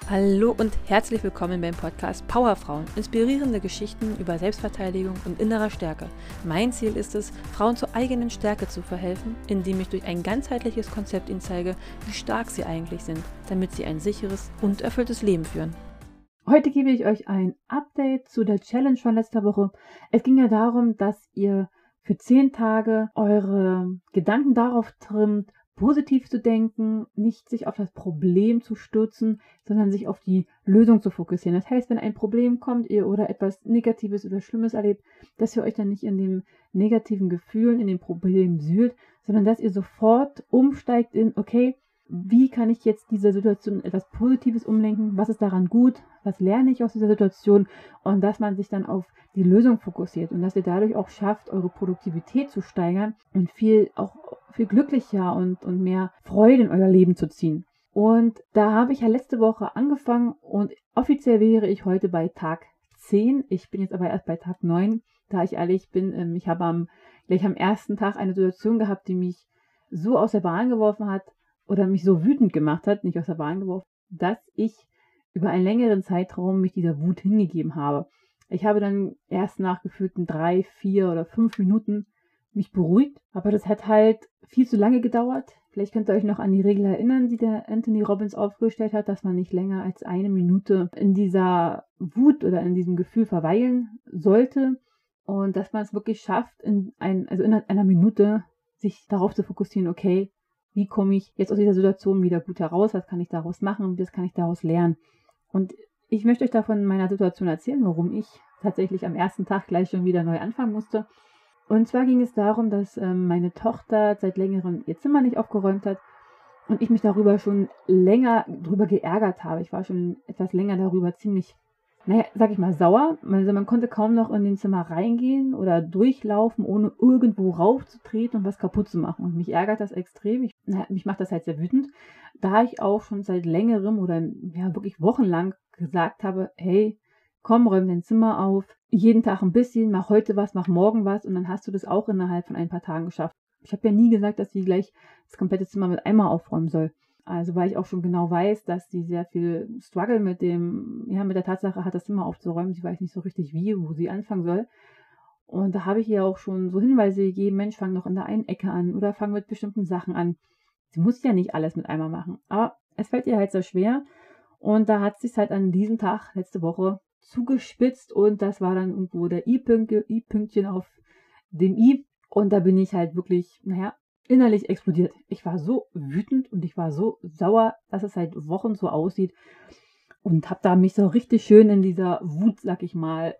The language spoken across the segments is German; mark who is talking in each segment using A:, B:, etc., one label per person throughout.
A: Hallo und herzlich willkommen beim Podcast Powerfrauen. Inspirierende Geschichten über Selbstverteidigung und innerer Stärke. Mein Ziel ist es, Frauen zur eigenen Stärke zu verhelfen, indem ich durch ein ganzheitliches Konzept ihnen zeige, wie stark sie eigentlich sind, damit sie ein sicheres und erfülltes Leben führen.
B: Heute gebe ich euch ein Update zu der Challenge von letzter Woche. Es ging ja darum, dass ihr für 10 Tage eure Gedanken darauf trimmt, positiv zu denken, nicht sich auf das Problem zu stürzen, sondern sich auf die Lösung zu fokussieren. Das heißt, wenn ein Problem kommt, ihr oder etwas Negatives oder Schlimmes erlebt, dass ihr euch dann nicht in den negativen Gefühlen, in den Problemen wühlt, sondern dass ihr sofort umsteigt in, okay, wie kann ich jetzt diese Situation in etwas Positives umlenken? Was ist daran gut? Was lerne ich aus dieser Situation? Und dass man sich dann auf die Lösung fokussiert und dass ihr dadurch auch schafft, eure Produktivität zu steigern und viel glücklicher und mehr Freude in euer Leben zu ziehen. Und da habe ich ja letzte Woche angefangen und offiziell wäre ich heute bei Tag 10. Ich bin jetzt aber erst bei Tag 9, da ich ehrlich bin. Ich habe gleich am ersten Tag eine Situation gehabt, die mich so aus der Bahn geworfen hat, oder mich so wütend gemacht hat, nicht aus der Bahn geworfen, dass ich über einen längeren Zeitraum mich dieser Wut hingegeben habe. Ich habe dann erst nach gefühlten 3, 4 oder 5 Minuten mich beruhigt, aber das hat halt viel zu lange gedauert. Vielleicht könnt ihr euch noch an die Regel erinnern, die der Anthony Robbins aufgestellt hat, dass man nicht länger als 1 Minute in dieser Wut oder in diesem Gefühl verweilen sollte und dass man es wirklich schafft, innerhalb einer Minute sich darauf zu fokussieren, okay, wie komme ich jetzt aus dieser Situation wieder gut heraus? Was kann ich daraus machen? Und was kann ich daraus lernen? Und ich möchte euch davon meiner Situation erzählen, warum ich tatsächlich am ersten Tag gleich schon wieder neu anfangen musste. Und zwar ging es darum, dass meine Tochter seit längerem ihr Zimmer nicht aufgeräumt hat und ich mich darüber schon länger geärgert habe. Ich war schon etwas länger darüber ziemlich, sag ich mal, sauer. Also man konnte kaum noch in den Zimmer reingehen oder durchlaufen, ohne irgendwo raufzutreten und was kaputt zu machen. Und mich ärgert das extrem. Mich macht das halt sehr wütend, da ich auch schon seit längerem oder wirklich wochenlang gesagt habe, hey, komm, räum dein Zimmer auf, jeden Tag ein bisschen, mach heute was, mach morgen was und dann hast du das auch innerhalb von ein paar Tagen geschafft. Ich habe ja nie gesagt, dass sie gleich das komplette Zimmer mit einmal aufräumen soll. Also weil ich auch schon genau weiß, dass sie sehr viel Struggle mit der Tatsache hat, das Zimmer aufzuräumen. Sie weiß nicht so richtig wo sie anfangen soll. Und da habe ich ihr auch schon so Hinweise gegeben, Mensch, fang doch in der einen Ecke an oder fang mit bestimmten Sachen an. Sie muss ja nicht alles mit einmal machen. Aber es fällt ihr halt sehr schwer. Und da hat sie es halt an diesem Tag, letzte Woche, zugespitzt und das war dann irgendwo der I-Pünktchen auf dem I. Und da bin ich halt wirklich, innerlich explodiert. Ich war so wütend und ich war so sauer, dass es seit Wochen so aussieht und habe da mich so richtig schön in dieser Wut, sag ich mal,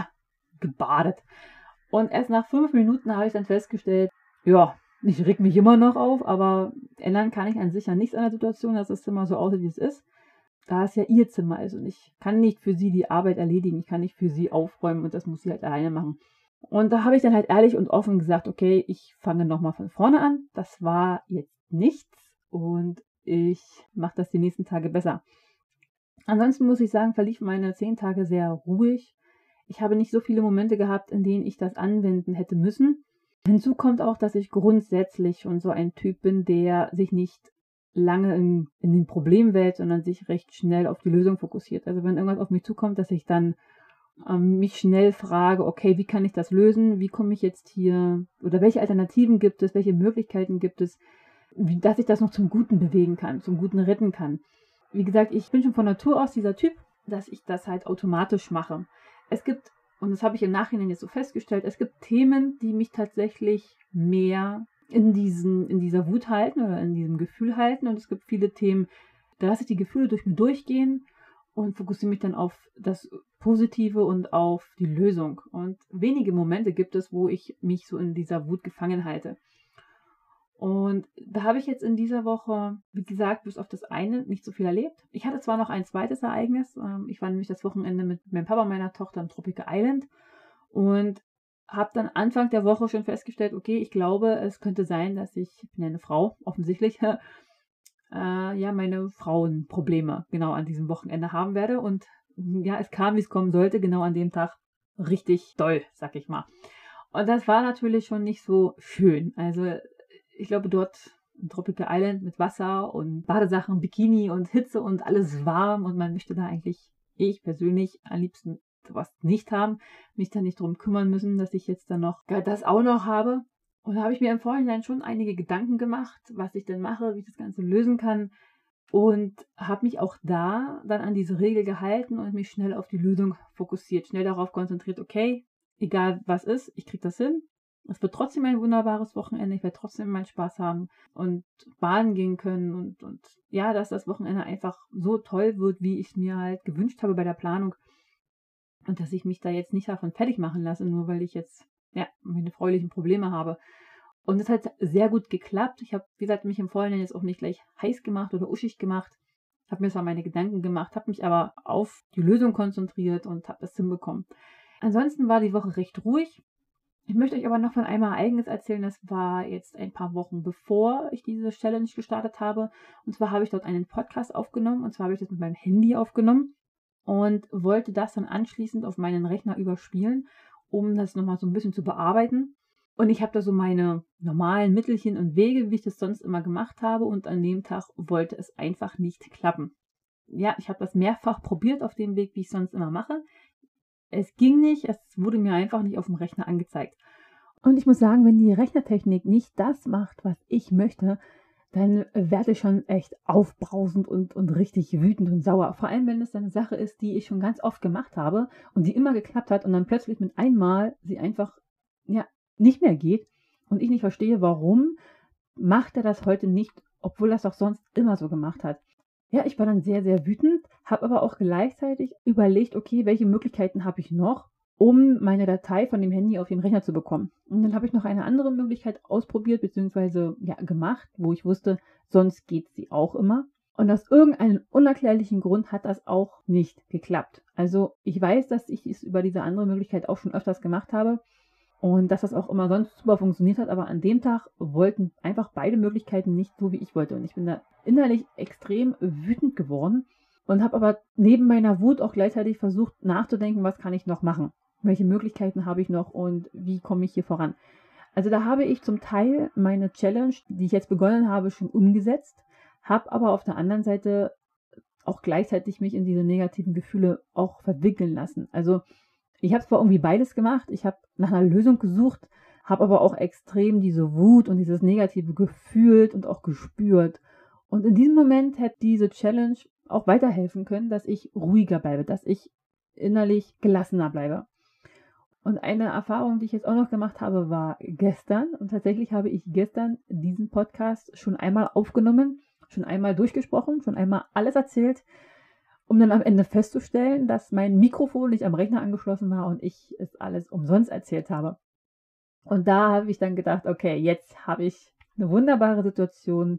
B: gebadet. Und erst nach 5 Minuten habe ich dann festgestellt, ich reg mich immer noch auf, aber ändern kann ich an sich ja nichts an der Situation, dass das Zimmer so aussieht, wie es ist. Da es ja ihr Zimmer ist und ich kann nicht für sie die Arbeit erledigen, ich kann nicht für sie aufräumen und das muss sie halt alleine machen. Und da habe ich dann halt ehrlich und offen gesagt, okay, ich fange nochmal von vorne an. Das war jetzt nichts und ich mache das die nächsten Tage besser. Ansonsten muss ich sagen, verliefen meine 10 Tage sehr ruhig. Ich habe nicht so viele Momente gehabt, in denen ich das anwenden hätte müssen. Hinzu kommt auch, dass ich grundsätzlich schon so ein Typ bin, der sich nicht lange in den Problemen wälzt, sondern sich recht schnell auf die Lösung fokussiert. Also wenn irgendwas auf mich zukommt, dass ich dann mich schnell frage, okay, wie kann ich das lösen? Wie komme ich jetzt hier? Oder welche Alternativen gibt es? Welche Möglichkeiten gibt es? Dass ich das noch zum Guten bewegen kann, zum Guten retten kann. Wie gesagt, ich bin schon von Natur aus dieser Typ, dass ich das halt automatisch mache. Es gibt, und das habe ich im Nachhinein jetzt so festgestellt, es gibt Themen, die mich tatsächlich mehr in dieser Wut halten oder in diesem Gefühl halten. Und es gibt viele Themen, da lasse ich die Gefühle durch mir durchgehen und fokussiere mich dann auf das Positive und auf die Lösung. Und wenige Momente gibt es, wo ich mich so in dieser Wut gefangen halte. Und da habe ich jetzt in dieser Woche, wie gesagt, bis auf das eine nicht so viel erlebt. Ich hatte zwar noch ein zweites Ereignis. Ich war nämlich das Wochenende mit meinem Papa und meiner Tochter im Tropical Island und habe dann Anfang der Woche schon festgestellt, okay, ich glaube, es könnte sein, dass ich bin ja eine Frau, offensichtlich, meine Frauenprobleme genau an diesem Wochenende haben werde. Und es kam, wie es kommen sollte, genau an dem Tag richtig doll, sag ich mal. Und das war natürlich schon nicht so schön. Also ich glaube, dort ein Tropical Island mit Wasser und Badesachen, Bikini und Hitze und alles warm und man möchte da eigentlich, ich persönlich, am liebsten sowas nicht haben, mich da nicht drum kümmern müssen, dass ich jetzt dann noch das auch noch habe. Und da habe ich mir im Vorhinein schon einige Gedanken gemacht, was ich denn mache, wie ich das Ganze lösen kann und habe mich auch da dann an diese Regel gehalten und mich schnell auf die Lösung fokussiert, schnell darauf konzentriert, okay, egal was ist, ich kriege das hin. Es wird trotzdem ein wunderbares Wochenende, ich werde trotzdem meinen Spaß haben und baden gehen können und ja, dass das Wochenende einfach so toll wird, wie ich es mir halt gewünscht habe bei der Planung und dass ich mich da jetzt nicht davon fertig machen lasse, nur weil ich jetzt ja meine freulichen Probleme habe. Und es hat sehr gut geklappt. Ich habe, wie gesagt, mich im Vorhinein jetzt auch nicht gleich heiß gemacht oder uschig gemacht. Habe mir zwar meine Gedanken gemacht, habe mich aber auf die Lösung konzentriert und habe das hinbekommen. Ansonsten war die Woche recht ruhig. Ich möchte euch aber noch von einem Ereignis erzählen, das war jetzt ein paar Wochen bevor ich diese Challenge gestartet habe. Und zwar habe ich dort einen Podcast aufgenommen, und zwar habe ich das mit meinem Handy aufgenommen und wollte das dann anschließend auf meinen Rechner überspielen, um das nochmal so ein bisschen zu bearbeiten. Und ich habe da so meine normalen Mittelchen und Wege, wie ich das sonst immer gemacht habe, und an dem Tag wollte es einfach nicht klappen. Ja, ich habe das mehrfach probiert auf dem Weg, wie ich sonst immer mache. Es ging nicht, es wurde mir einfach nicht auf dem Rechner angezeigt. Und ich muss sagen, wenn die Rechnertechnik nicht das macht, was ich möchte, dann werde ich schon echt aufbrausend und richtig wütend und sauer. Vor allem, wenn es eine Sache ist, die ich schon ganz oft gemacht habe und die immer geklappt hat und dann plötzlich mit einmal sie einfach ja nicht mehr geht und ich nicht verstehe, warum macht er das heute nicht, obwohl er es doch sonst immer so gemacht hat. Ja, ich war dann sehr, sehr wütend, habe aber auch gleichzeitig überlegt, okay, welche Möglichkeiten habe ich noch, um meine Datei von dem Handy auf den Rechner zu bekommen. Und dann habe ich noch eine andere Möglichkeit ausprobiert bzw. ja, gemacht, wo ich wusste, sonst geht sie auch immer. Und aus irgendeinem unerklärlichen Grund hat das auch nicht geklappt. Also ich weiß, dass ich es über diese andere Möglichkeit auch schon öfters gemacht habe und dass das auch immer sonst super funktioniert hat, aber an dem Tag wollten einfach beide Möglichkeiten nicht so, wie ich wollte. Und ich bin da innerlich extrem wütend geworden und habe aber neben meiner Wut auch gleichzeitig versucht nachzudenken, was kann ich noch machen? Welche Möglichkeiten habe ich noch und wie komme ich hier voran? Also da habe ich zum Teil meine Challenge, die ich jetzt begonnen habe, schon umgesetzt, habe aber auf der anderen Seite auch gleichzeitig mich in diese negativen Gefühle auch verwickeln lassen. Also ich habe zwar irgendwie beides gemacht, ich habe nach einer Lösung gesucht, habe aber auch extrem diese Wut und dieses Negative gefühlt und auch gespürt. Und in diesem Moment hätte diese Challenge auch weiterhelfen können, dass ich ruhiger bleibe, dass ich innerlich gelassener bleibe. Und eine Erfahrung, die ich jetzt auch noch gemacht habe, war gestern. Und tatsächlich habe ich gestern diesen Podcast schon einmal aufgenommen, schon einmal durchgesprochen, schon einmal alles erzählt, um dann am Ende festzustellen, dass mein Mikrofon nicht am Rechner angeschlossen war und ich es alles umsonst erzählt habe. Und da habe ich dann gedacht, okay, jetzt habe ich eine wunderbare Situation,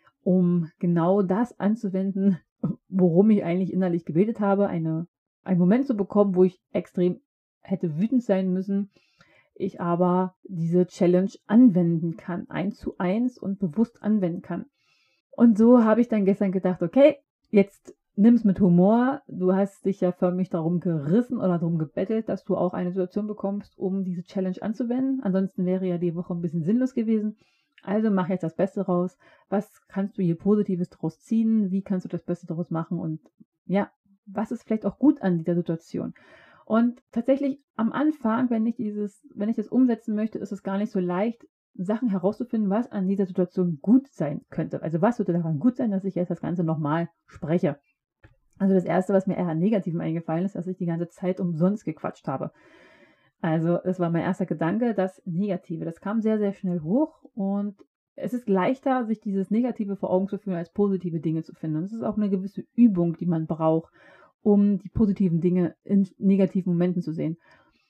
B: um genau das anzuwenden, worum ich eigentlich innerlich gebetet habe, einen Moment zu bekommen, wo ich extrem hätte wütend sein müssen, ich aber diese Challenge anwenden kann, 1:1 und bewusst anwenden kann. Und so habe ich dann gestern gedacht, okay, jetzt nimm's mit Humor. Du hast dich ja förmlich darum gerissen oder darum gebettelt, dass du auch eine Situation bekommst, um diese Challenge anzuwenden. Ansonsten wäre ja die Woche ein bisschen sinnlos gewesen. Also mach jetzt das Beste raus. Was kannst du hier Positives daraus ziehen? Wie kannst du das Beste daraus machen? Und ja, was ist vielleicht auch gut an dieser Situation? Und tatsächlich am Anfang, wenn ich das umsetzen möchte, ist es gar nicht so leicht, Sachen herauszufinden, was an dieser Situation gut sein könnte. Also was würde daran gut sein, dass ich jetzt das Ganze nochmal spreche? Also das Erste, was mir eher an Negativen eingefallen ist, dass ich die ganze Zeit umsonst gequatscht habe. Also das war mein erster Gedanke, das Negative. Das kam sehr, sehr schnell hoch und es ist leichter, sich dieses Negative vor Augen zu führen, als positive Dinge zu finden. Und es ist auch eine gewisse Übung, die man braucht, um die positiven Dinge in negativen Momenten zu sehen.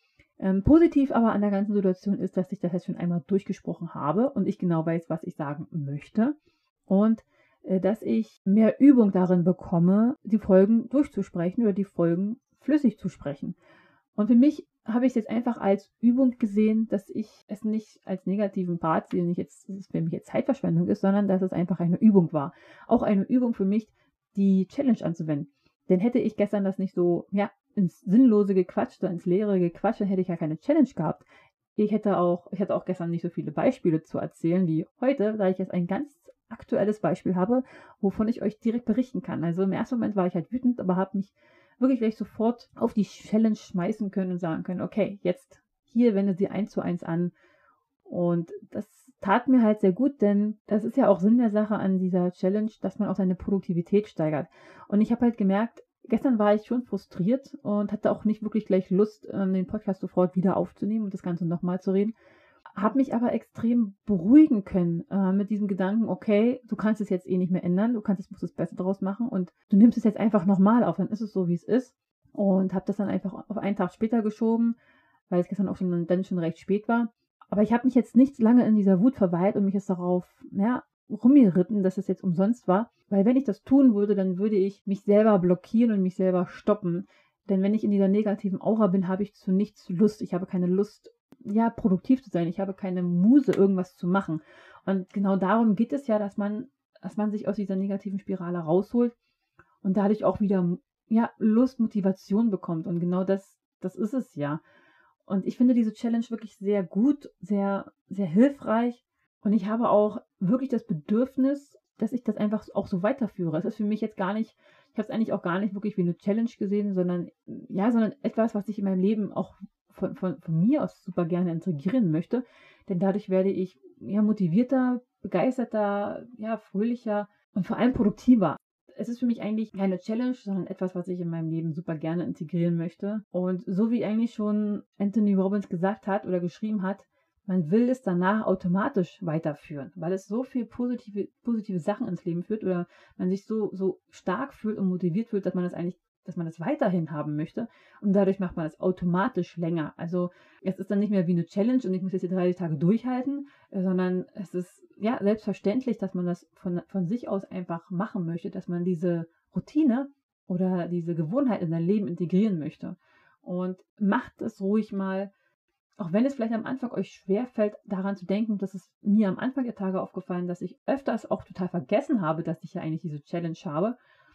B: Positiv aber an der ganzen Situation ist, dass ich das jetzt schon einmal durchgesprochen habe und ich genau weiß, was ich sagen möchte. Und dass ich mehr Übung darin bekomme, die Folgen durchzusprechen oder die Folgen flüssig zu sprechen. Und für mich habe ich es jetzt einfach als Übung gesehen, dass ich es nicht als negativen Part sehe, dass es für mich jetzt Zeitverschwendung ist, sondern dass es einfach eine Übung war. Auch eine Übung für mich, die Challenge anzuwenden. Denn hätte ich gestern das nicht so, ja, ins Sinnlose gequatscht oder ins Leere gequatscht, dann hätte ich ja keine Challenge gehabt. Ich hatte auch gestern nicht so viele Beispiele zu erzählen wie heute, da ich jetzt ein ganz aktuelles Beispiel habe, wovon ich euch direkt berichten kann. Also im ersten Moment war ich halt wütend, aber habe mich wirklich gleich sofort auf die Challenge schmeißen können und sagen können, okay, jetzt hier wende sie 1:1 an. Und das tat mir halt sehr gut, denn das ist ja auch Sinn der Sache an dieser Challenge, dass man auch seine Produktivität steigert. Und ich habe halt gemerkt, gestern war ich schon frustriert und hatte auch nicht wirklich gleich Lust, den Podcast sofort wieder aufzunehmen und das Ganze nochmal zu reden. Habe mich aber extrem beruhigen können mit diesem Gedanken, okay, du kannst es jetzt eh nicht mehr ändern, musst das Beste draus machen und du nimmst es jetzt einfach nochmal auf, dann ist es so, wie es ist. Und habe das dann einfach auf einen Tag später geschoben, weil es gestern auch schon recht spät war. Aber ich habe mich jetzt nicht lange in dieser Wut verweilt und mich jetzt darauf rumgeritten, dass es jetzt umsonst war. Weil wenn ich das tun würde, dann würde ich mich selber blockieren und mich selber stoppen. Denn wenn ich in dieser negativen Aura bin, habe ich zu nichts Lust. Ich habe keine Lust, produktiv zu sein. Ich habe keine Muse, irgendwas zu machen. Und genau darum geht es ja, dass man sich aus dieser negativen Spirale rausholt und dadurch auch wieder Lust, Motivation bekommt. Und genau das ist es ja. Und ich finde diese Challenge wirklich sehr gut, sehr, sehr hilfreich. Und ich habe auch wirklich das Bedürfnis, dass ich das einfach auch so weiterführe. Es ist für mich jetzt gar nicht, ich habe es eigentlich auch gar nicht wirklich wie eine Challenge gesehen, sondern etwas, was ich in meinem Leben auch von mir aus super gerne integrieren möchte. Denn dadurch werde ich motivierter, begeisterter, fröhlicher und vor allem produktiver. Es ist für mich eigentlich keine Challenge, sondern etwas, was ich in meinem Leben super gerne integrieren möchte. Und so wie eigentlich schon Anthony Robbins gesagt hat oder geschrieben hat, man will es danach automatisch weiterführen, weil es so viel positive Sachen ins Leben führt oder man sich so stark fühlt und motiviert fühlt, dass man das weiterhin haben möchte. Und dadurch macht man es automatisch länger. Also es ist dann nicht mehr wie eine Challenge und ich muss jetzt die 30 Tage durchhalten, sondern es ist selbstverständlich, dass man das von sich aus einfach machen möchte, dass man diese Routine oder diese Gewohnheit in sein Leben integrieren möchte. Und macht es ruhig mal, auch wenn es vielleicht am Anfang euch schwerfällt, daran zu denken, dass es mir am Anfang der Tage aufgefallen, dass ich öfters auch total vergessen habe, dass ich ja eigentlich diese Challenge habe.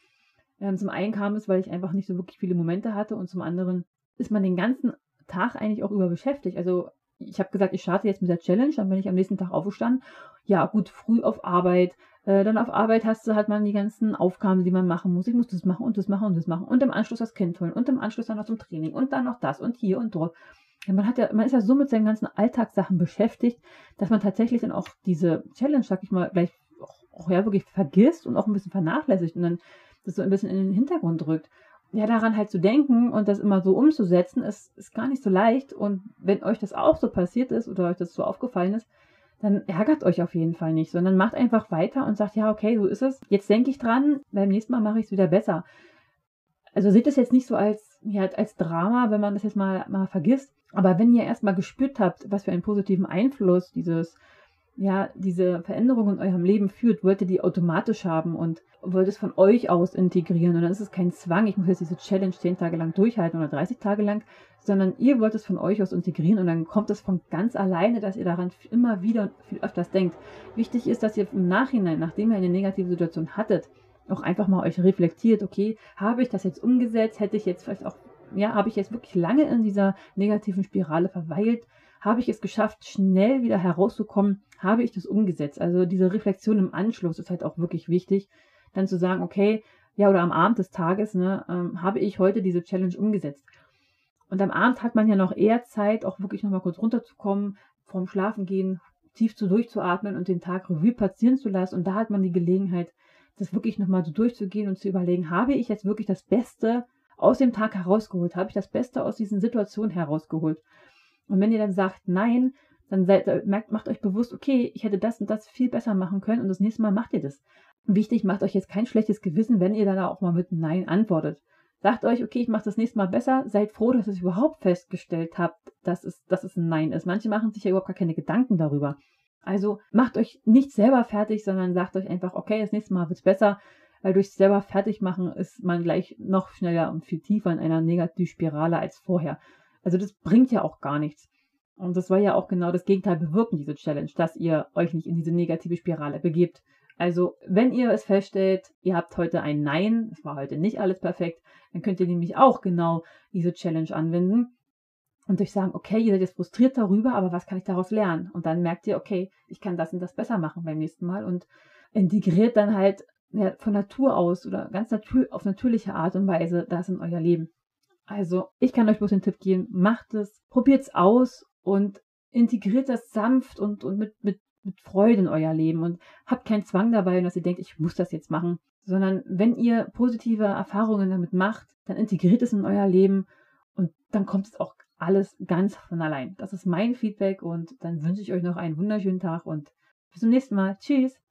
B: Zum einen kam es, weil ich einfach nicht so wirklich viele Momente hatte und zum anderen ist man den ganzen Tag eigentlich auch über beschäftigt. Also ich habe gesagt, ich starte jetzt mit der Challenge, dann bin ich am nächsten Tag aufgestanden. Ja gut, früh auf Arbeit. Dann auf Arbeit hat man die ganzen Aufgaben, die man machen muss. Ich muss das machen und das machen und das machen. Und im Anschluss das Kind holen und im Anschluss dann noch zum Training und dann noch das und hier und dort. Ja, man ist ja so mit seinen ganzen Alltagssachen beschäftigt, dass man tatsächlich dann auch diese Challenge, sag ich mal, gleich auch wirklich vergisst und auch ein bisschen vernachlässigt und dann das so ein bisschen in den Hintergrund rückt. Ja, daran halt zu denken und das immer so umzusetzen, ist gar nicht so leicht. Und wenn euch das auch so passiert ist oder euch das so aufgefallen ist, dann ärgert euch auf jeden Fall nicht, sondern macht einfach weiter und sagt, ja, okay, so ist es. Jetzt denke ich dran, beim nächsten Mal mache ich es wieder besser. Also seht es jetzt nicht so als Drama, wenn man das jetzt mal vergisst. Aber wenn ihr erstmal gespürt habt, was für einen positiven Einfluss diese Veränderung in eurem Leben führt, wollt ihr die automatisch haben und wollt es von euch aus integrieren. Und dann ist es kein Zwang, ich muss jetzt diese Challenge 10 Tage lang durchhalten oder 30 Tage lang, sondern ihr wollt es von euch aus integrieren und dann kommt es von ganz alleine, dass ihr daran immer wieder und viel öfters denkt. Wichtig ist, dass ihr im Nachhinein, nachdem ihr eine negative Situation hattet, auch einfach mal euch reflektiert, okay, habe ich das jetzt umgesetzt, habe ich jetzt wirklich lange in dieser negativen Spirale verweilt, habe ich es geschafft, schnell wieder herauszukommen, habe ich das umgesetzt. Also diese Reflexion im Anschluss ist halt auch wirklich wichtig, dann zu sagen, okay, oder am Abend des Tages, habe ich heute diese Challenge umgesetzt. Und am Abend hat man ja noch eher Zeit, auch wirklich nochmal kurz runterzukommen, vorm Schlafengehen tief durchzuatmen und den Tag Revue passieren zu lassen. Und da hat man die Gelegenheit, das wirklich nochmal so durchzugehen und zu überlegen, habe ich jetzt wirklich das Beste aus dem Tag herausgeholt? Habe ich das Beste aus diesen Situationen herausgeholt? Und wenn ihr dann sagt, nein, dann macht euch bewusst, okay, ich hätte das und das viel besser machen können und das nächste Mal macht ihr das. Wichtig, macht euch jetzt kein schlechtes Gewissen, wenn ihr dann auch mal mit Nein antwortet. Sagt euch, okay, ich mache das nächste Mal besser. Seid froh, dass ihr überhaupt festgestellt habt, dass es ein Nein ist. Manche machen sich ja überhaupt gar keine Gedanken darüber. Also macht euch nicht selber fertig, sondern sagt euch einfach, okay, das nächste Mal wird es besser, weil durch selber fertig machen ist man gleich noch schneller und viel tiefer in einer Negativspirale als vorher. Also das bringt ja auch gar nichts. Und das soll ja auch genau das Gegenteil bewirken, diese Challenge, dass ihr euch nicht in diese negative Spirale begebt. Also wenn ihr es feststellt, ihr habt heute ein Nein, es war heute nicht alles perfekt, dann könnt ihr nämlich auch genau diese Challenge anwenden und euch sagen, okay, ihr seid jetzt frustriert darüber, aber was kann ich daraus lernen? Und dann merkt ihr, okay, ich kann das und das besser machen beim nächsten Mal und integriert dann halt von Natur aus oder auf natürliche Art und Weise das in euer Leben. Also ich kann euch bloß den Tipp geben, macht es, probiert es aus und integriert das sanft und mit Freude in euer Leben und habt keinen Zwang dabei, dass ihr denkt, ich muss das jetzt machen, sondern wenn ihr positive Erfahrungen damit macht, dann integriert es in euer Leben und dann kommt es auch alles ganz von allein. Das ist mein Feedback und dann wünsche ich euch noch einen wunderschönen Tag und bis zum nächsten Mal. Tschüss!